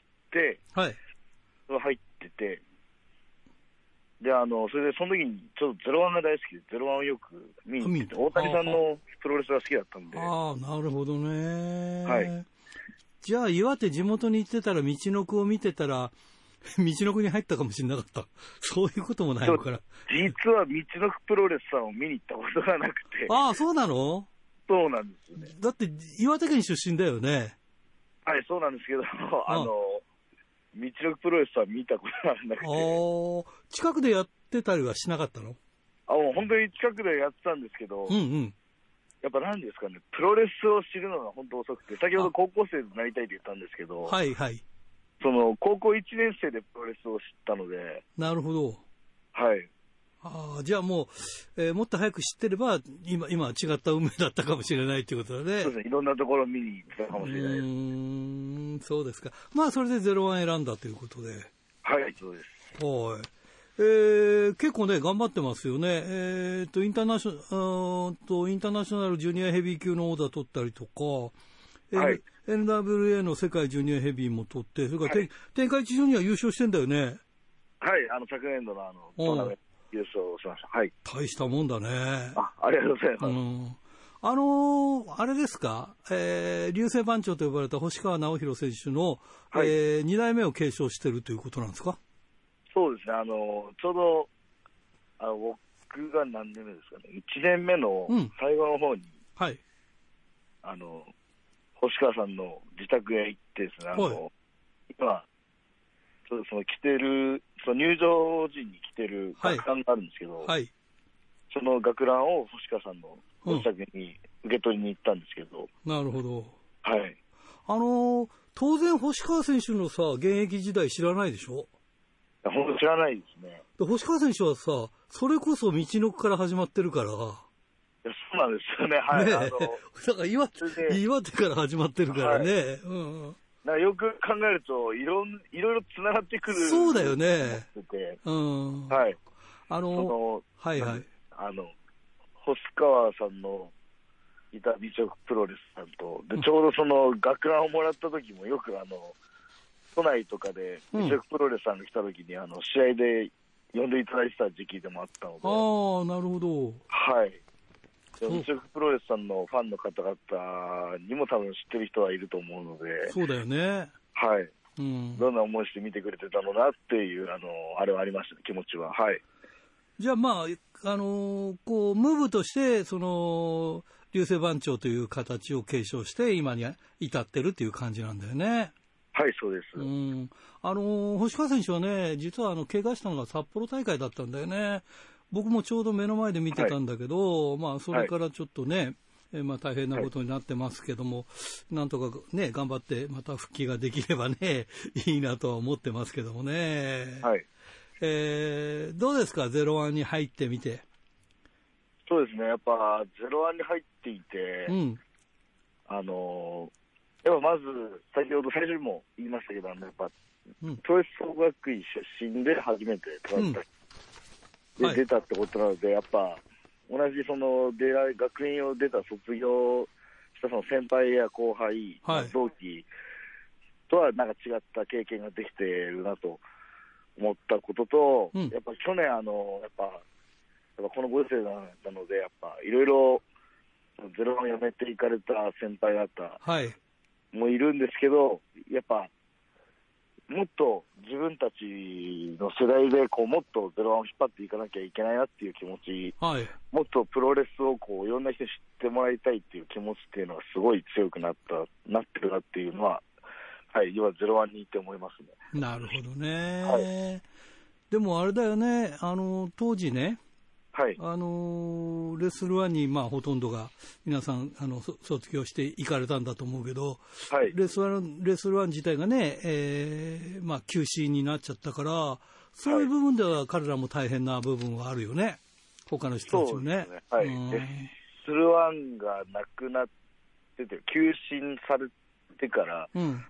はい、 入ってて、でそれでその時にちょっと01が大好きで01をよく見に行ってて、大谷さんのプロレスが好きだったんで。 ああ、なるほどね。 はい。 じゃあ岩手地元に行ってたら、道のくを見てたら道のくに入ったかもしれなかった。そういうこともないのかな。 実は道のくプロレスさんを見に行ったことがなくて。 ああ、そうなの？ そうなんですよね。 だって岩手県出身だよね。 はい、そうなんですけど、道のくプロレスさん見たことがなくて。 近くでやってたりはしなかったの？ もう本当に近くでやってたんですけど、 うんうん、 やっぱ何ですかね、プロレスを知るのが本当遅くて、先ほど高校生になりたいって言ったんですけど、 はいはい。 その高校1年生でプロレスを知ったので。 なるほど。 はい。 じゃあもう、もっと早く知ってれば今は違った運命だったかもしれないということだね。 そうですね、いろんなところ見に行ってたかもしれないです。 そうですか。まあそれで01選んだということで。 はい、そうです。 はい。結構ね頑張ってますよね。インターナショナルジュニアヘビー級のオーダー取ったりとか、 はい、 NWA の世界ジュニアヘビーも取って、それから、天下一ジュニア優勝してんだよね。 はい、昨年度のトーナメント優勝しました。はい。 大したもんだね。 ありがとうございます。あれですか、流星番長と呼ばれた星川直弘選手の、はい、2代目を継承しているということなんですか？ そうですね、ちょうど僕が何年目ですかね、1年目の最後の方に、 はい、 星川さんの自宅へ行ってですね、今、その着てる、その入場時に着てる学ランがあるんですけど、 はい、 その学ランを星川さんのご自宅に受け取りに行ったんですけど。 なるほど。 はい。 当然星川選手のさ、現役時代知らないでしょ？ 本当知らないですね。 星川選手はさ、それこそ道のくから始まってるから。いや、 そうなんですよね。はい。ね、 だから岩手から始まってるからね。はい、 なんかよく考えるといろいろつながってくる。 そうだよね。 はい。 はいはい。 星川さんのいた美食プロレスさんと、でちょうどその学ランをもらった時もよく都内とかで美食プロレスさんが来た時に試合で呼んでいただいてた時期でもあったので。 ああ、なるほど。 はい。美食プロレスさんのファンの方々にも多分知ってる人はいると思うので。 そうだよね。 はい。どんな思いして見てくれてたのなっていうあれはありましたね、気持ちは。はい。 じゃあまあこうムーブとしてその流星番長という形を継承して今に至ってるっていう感じなんだよね。 はい、そうです。 星川選手はね、実は怪我したのが札幌大会だったんだよね。僕もちょうど目の前で見てたんだけど、まあそれからちょっとね、まあ大変なことになってますけども、なんとかね頑張ってまた復帰ができればねいいなとは思ってますけどもね。 はい。 どうですか、01に入ってみて。 そうですね、やっぱ01に入っていて、やっぱまず最初にも言いましたけど、やっぱ、プロレス総合学院出身で初めて出たってことなので、やっぱ同じその学院を出た卒業したその先輩や後輩、同期とはなんか違った経験ができているなと思ったことと、やっぱ去年やっぱこのご時世なので、やっぱいろいろ01をやめていかれた先輩方もいるんですけど、やっぱもっと自分たちの世代でもっと01を引っ張っていかなきゃいけないなっていう気持ち、もっとプロレスをいろんな人に知ってもらいたいっていう気持ちっていうのがすごい強くなってるなっていうのは、はい、今01にいて思いますね。 なるほどね。でもあれだよね、当時ね、レスル1にほとんどが皆さん卒業して行かれたんだと思うけど、レスル1自体がね、休止になっちゃったから、 そういう部分では彼らも大変な部分はあるよね。他の人たちもね。 そうですね。はい。スルワンがなくなってて、休診されてから、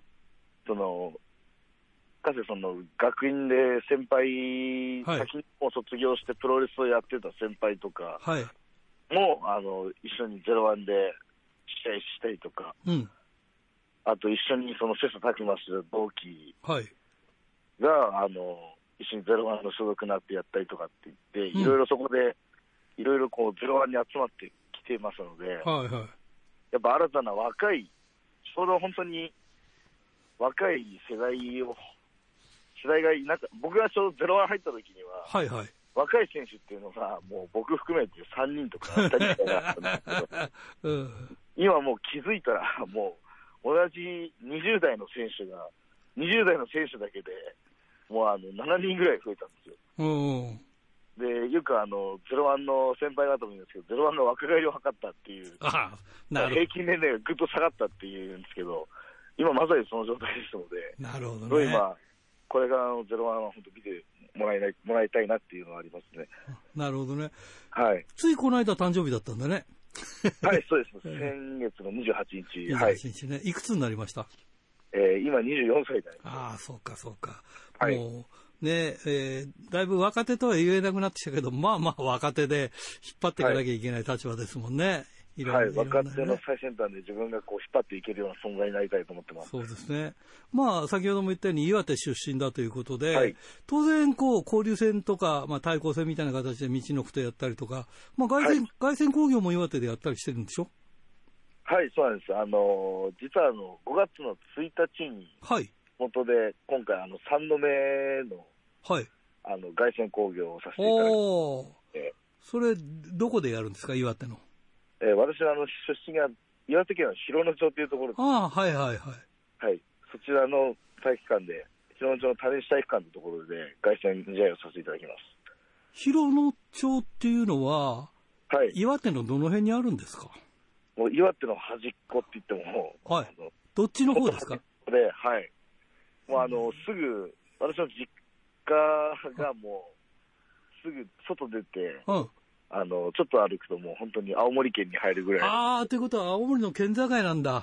かつて学院で先輩、先にも卒業してプロレスをやってた先輩とかも、一緒に01で試合したりとか、あと一緒に切磋琢磨する同期が、一緒に01の所属になってやったりとかって言って、いろいろそこで、いろいろ01に集まってきてますので、やっぱ新たな若い、ちょうど本当に若い世代がいなかった。僕がちょうど01入った時には、若い選手っていうのが、もう僕含めて3人とか2人とかだったんですけど、今もう気づいたら、もう同じ20代の選手だけで、もう7人ぐらい増えたんですよ。で、よく01の先輩方も言うんですけど、01が若返りを図ったっていう、平均年齢がぐっと下がったっていうんですけど、今まさにその状態ですので、 なるほどね。 今、これからの01は本当見てもらいたいなっていうのはありますね。 なるほどね。 はい。 ついこの間誕生日だったんだね。 はい、そうです。先月の28日。 28日ね。いくつになりました？ 今24歳だよ。 ああ、そうか、そうか。もう、ね、だいぶ若手とは言えなくなってきたけど、まあまあ若手で引っ張っていかなきゃいけない立場ですもんね。 はい、若手の最先端で自分が引っ張っていけるような存在になりたいと思ってます。 そうですね。まあ、先ほども言ったように岩手出身だということで、当然、交流戦とか、対抗戦みたいな形で道のくとやったりとか、凱旋工業も岩手でやったりしてるんでしょ？ はい、そうなんです。実は5月の1日に、元で今回3度目の、凱旋工業をさせていただきます。 それ、どこでやるんですか、岩手の？ 私は出身が岩手県の広野町というところです。 はい。 はい。そちらの体育館で、広野町の種市体育館というところで凱旋試合をさせていただきます。 広野町っていうのは、岩手のどの辺にあるんですか？ もう岩手の端っこって言っても、 どっちの方ですか？ もうすぐ、私の実家がもう、すぐ外出て、ちょっと歩くともう本当に青森県に入るぐらい。 ということは青森の県境なんだ。 はい、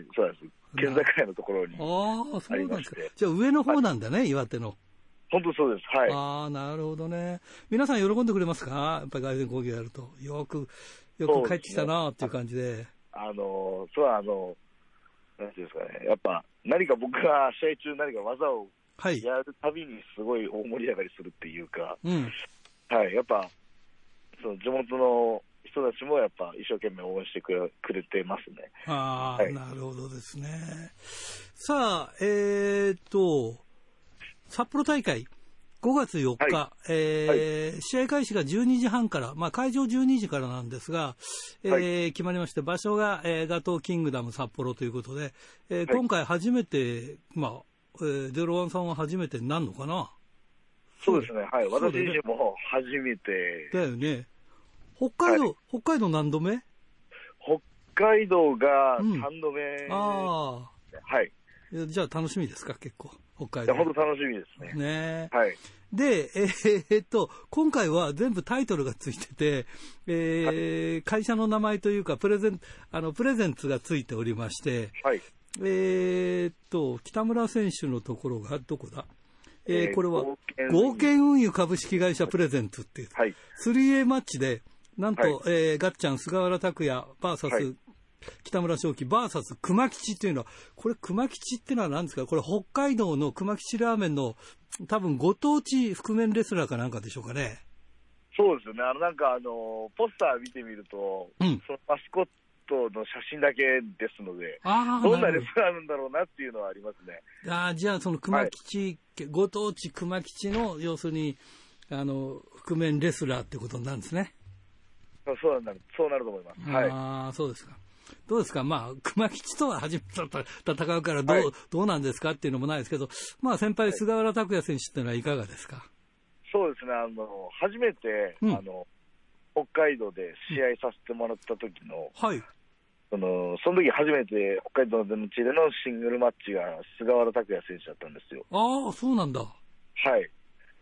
そうなんです。県境のところにありまして。 じゃあ上の方なんだね、岩手の。 本当そうです。はい。 なるほどね。皆さん喜んでくれますか？やっぱり凱旋工業やると。よく帰ってきたなっていう感じで。 なんていうんですかね。やっぱ何か僕が試合中何か技をやるたびにすごい大盛り上がりするっていうか、やっぱ、地元の人たちもやっぱ一生懸命応援してくれてますね。 なるほどですね。さあ、札幌大会5月4日、試合開始が12時半から、会場12時からなんですが、決まりまして、場所が、ガトーキングダム札幌ということで、今回初めて、01さんは初めてになるのかな？ そうですね。はい。私自身も初めて。 だよね。北海道何度目？ 北海道が3度目。はい。 じゃあ楽しみですか、結構。北海道。 本当楽しみですね。はい。 で、今回は全部タイトルがついてて、会社の名前というか、プレゼンツがついておりまして、北村選手のところがどこだ？これは、合憲運輸株式会社プレゼンツっていう、3A マッチで、なんと、ガッチャン、菅原拓也、VS、北村正樹、VS、熊吉っていうのは、これ、熊吉っていうのは何ですか？これ、北海道の熊吉ラーメンの、多分、ご当地覆面レスラーかなんかでしょうかね。 そうですよね。ポスター見てみると、そのマスコットの写真だけですので、どんなレスラーなんだろうなっていうのはありますね。 じゃあ、その熊吉、ご当地熊吉の、要するに、覆面レスラーってことになるんですね。 そうなると思います。 そうですか。どうですか？熊吉とは初めて戦うからどうなんですかっていうのもないですけど、先輩、菅原拓也選手っていうのはいかがですか？ そうですね。初めて、北海道で試合させてもらった時の、その時初めて北海道での地でのシングルマッチが菅原拓也選手だったんですよ。 そうなんだ。 はい。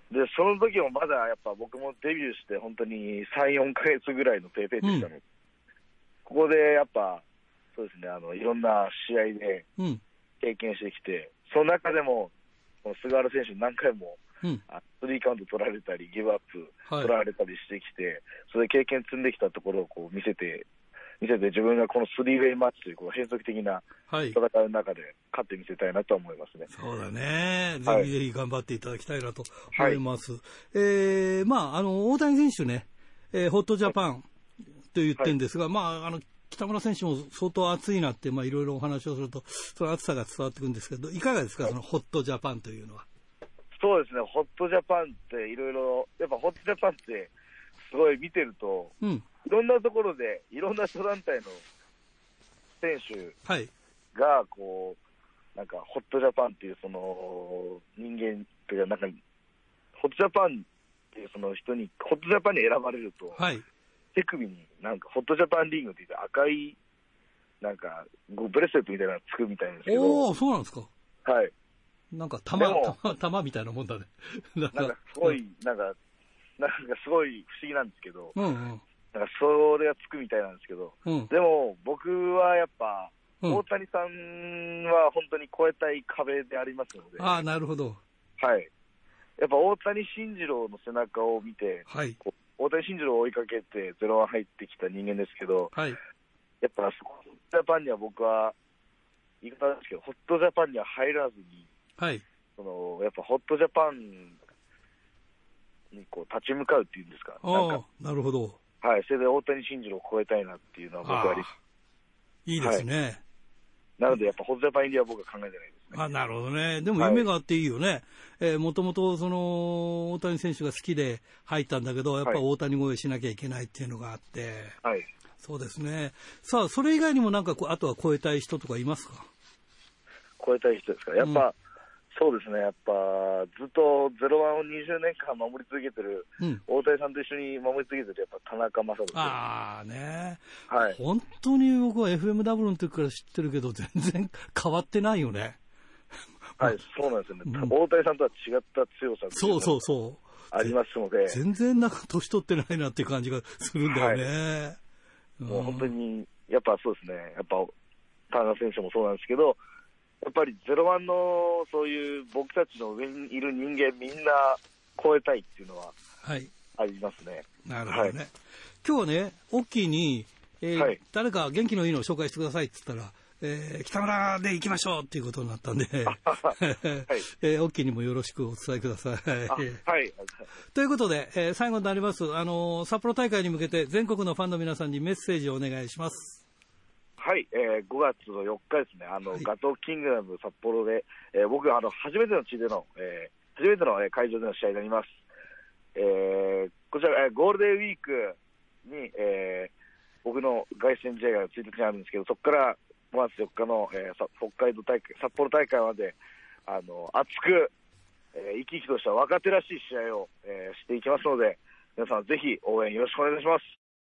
で、その時もまだやっぱ僕もデビューして本当に3、4ヶ月ぐらいのペーペーでしたので、ここでやっぱ、そうですね、いろんな試合で経験してきて、その中でも、この菅原選手に何回も、スリーカウント取られたり、ギブアップ取られたりしてきて、それで経験積んできたところをこう見せて、自分がこのスリーウェイマッチというこう変則的な戦いの中で勝ってみせたいなと思いますね。 そうだね。ぜひぜひ頑張っていただきたいなと思います。大谷選手ね、ホットジャパンと言ってるんですが、北村選手も相当熱いなって、いろいろお話をすると、その熱さが伝わってくるんですけど、いかがですか、そのホットジャパンというのは。 そうですね、ホットジャパンっていろいろ、やっぱホットジャパンってすごい見てると、いろんなところで、いろんな諸団体の選手が、こう、なんか、ホットジャパンっていう、その、人間というか、なんか、ホットジャパンっていうその人に、ホットジャパンに選ばれると、手首になんか、ホットジャパンリングって言って赤い、なんか、ブレスレットみたいなのがつくみたいなんですけど。 おー、そうなんですか。 はい。 なんか、玉みたいなもんだね。 なんか、すごい、なんかすごい不思議なんですけど、なんかそれがつくみたいなんですけど、でも僕はやっぱ、大谷さんは本当に越えたい壁でありますので。 ああ、なるほど。 はい。やっぱ大谷慎次郎の背中を見て、大谷慎次郎を追いかけて0-1入ってきた人間ですけど、やっぱホットジャパンには僕は、言い方ですけど、ホットジャパンには入らずに、そのやっぱホットジャパンにこう立ち向かうっていうんですか。 なるほど。 はい、それで大谷慎次郎を超えたいなっていうのは僕はあります。 いいですね。 なのでやっぱホットジャパンインディアは僕は考えてないですね。 なるほどね。でも夢があっていいよね。もともとその大谷選手が好きで入ったんだけど、やっぱ大谷超えしなきゃいけないっていうのがあって。そうですね。さあ、それ以外にもなんかあとは超えたい人とかいますか？ 超えたい人ですか。やっぱ、そうですね、やっぱずっと0-1を20年間守り続けてる、大谷さんと一緒に守り続けてる、やっぱ田中将大ね、本当に僕は FMW の時から知ってるけど、全然変わってないよね。 そうなんですよね、大谷さんとは違った強さありますので、 全然なんか年取ってないなっていう感じがするんだよね。 もう本当に、やっぱそうですね、やっぱ田中選手もそうなんですけど、やっぱり0-1のそういう僕たちの上にいる人間みんな超えたいっていうのはありますね。 なるほどね。今日はね、オッキーに、誰か元気のいいのを紹介してくださいって言ったら、北村で行きましょうっていうことになったんで、オッキーにもよろしくお伝えください。ということで、最後になります、札幌大会に向けて全国のファンの皆さんにメッセージをお願いします。 はい、5月の4日ですね、ガトーキングダム札幌で、僕が初めての地での、初めての会場での試合になります。こちら、ゴールデンウィークに、僕の凱旋試合が1日にあるんですけど、そこから5月4日の、札幌大会まで、熱く、生き生きとした若手らしい試合を、していきますので、皆さんぜひ応援よろしくお願いします。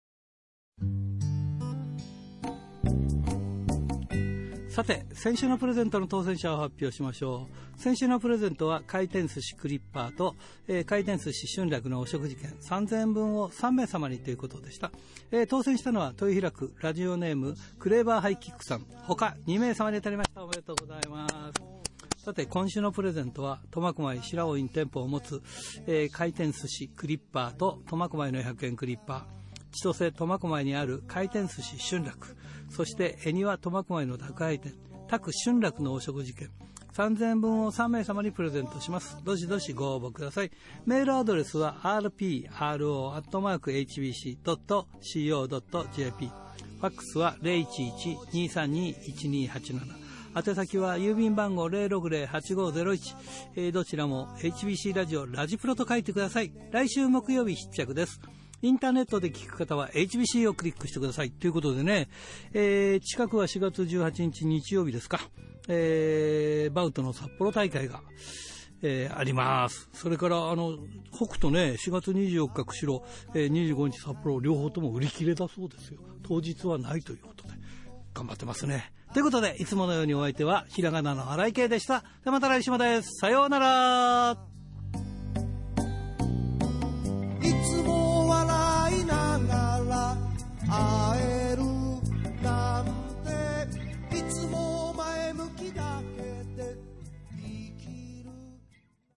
さて、先週のプレゼントの当選者を発表しましょう。先週のプレゼントは回転寿司クリッパーと、回転寿司春楽のお食事券3000円分を3名様にということでした。当選したのは豊平区ラジオネームクレーバーハイキックさん他2名様に当たりました。おめでとうございます。さて、今週のプレゼントは苫小牧白尾イン店舗を持つ、回転寿司クリッパーと苫小牧の100円クリッパー、千歳苫小牧にある回転寿司春楽、そして恵庭苫小牧の宅配店宅春楽のお食事券3000円分を3名様にプレゼントします。どしどしご応募ください。メールアドレスは rpro@hbc.co.jp、 ファックスは 011-232-1287、宛先は郵便番号 060-8501、どちらも HBC ラジオラジプロと書いてください。来週木曜日必着です。インターネットで聞く方は HBC をクリックしてくださいということでね、近くは4月18日日曜日ですか、バウトの札幌大会が、あります。それから北斗ね、4月24日釧路、25日札幌、両方とも売り切れだそうですよ。当日はないということで頑張ってますね。ということで、いつものようにお相手はひらがなの荒井圭でした。ではまた来週まで。さようなら。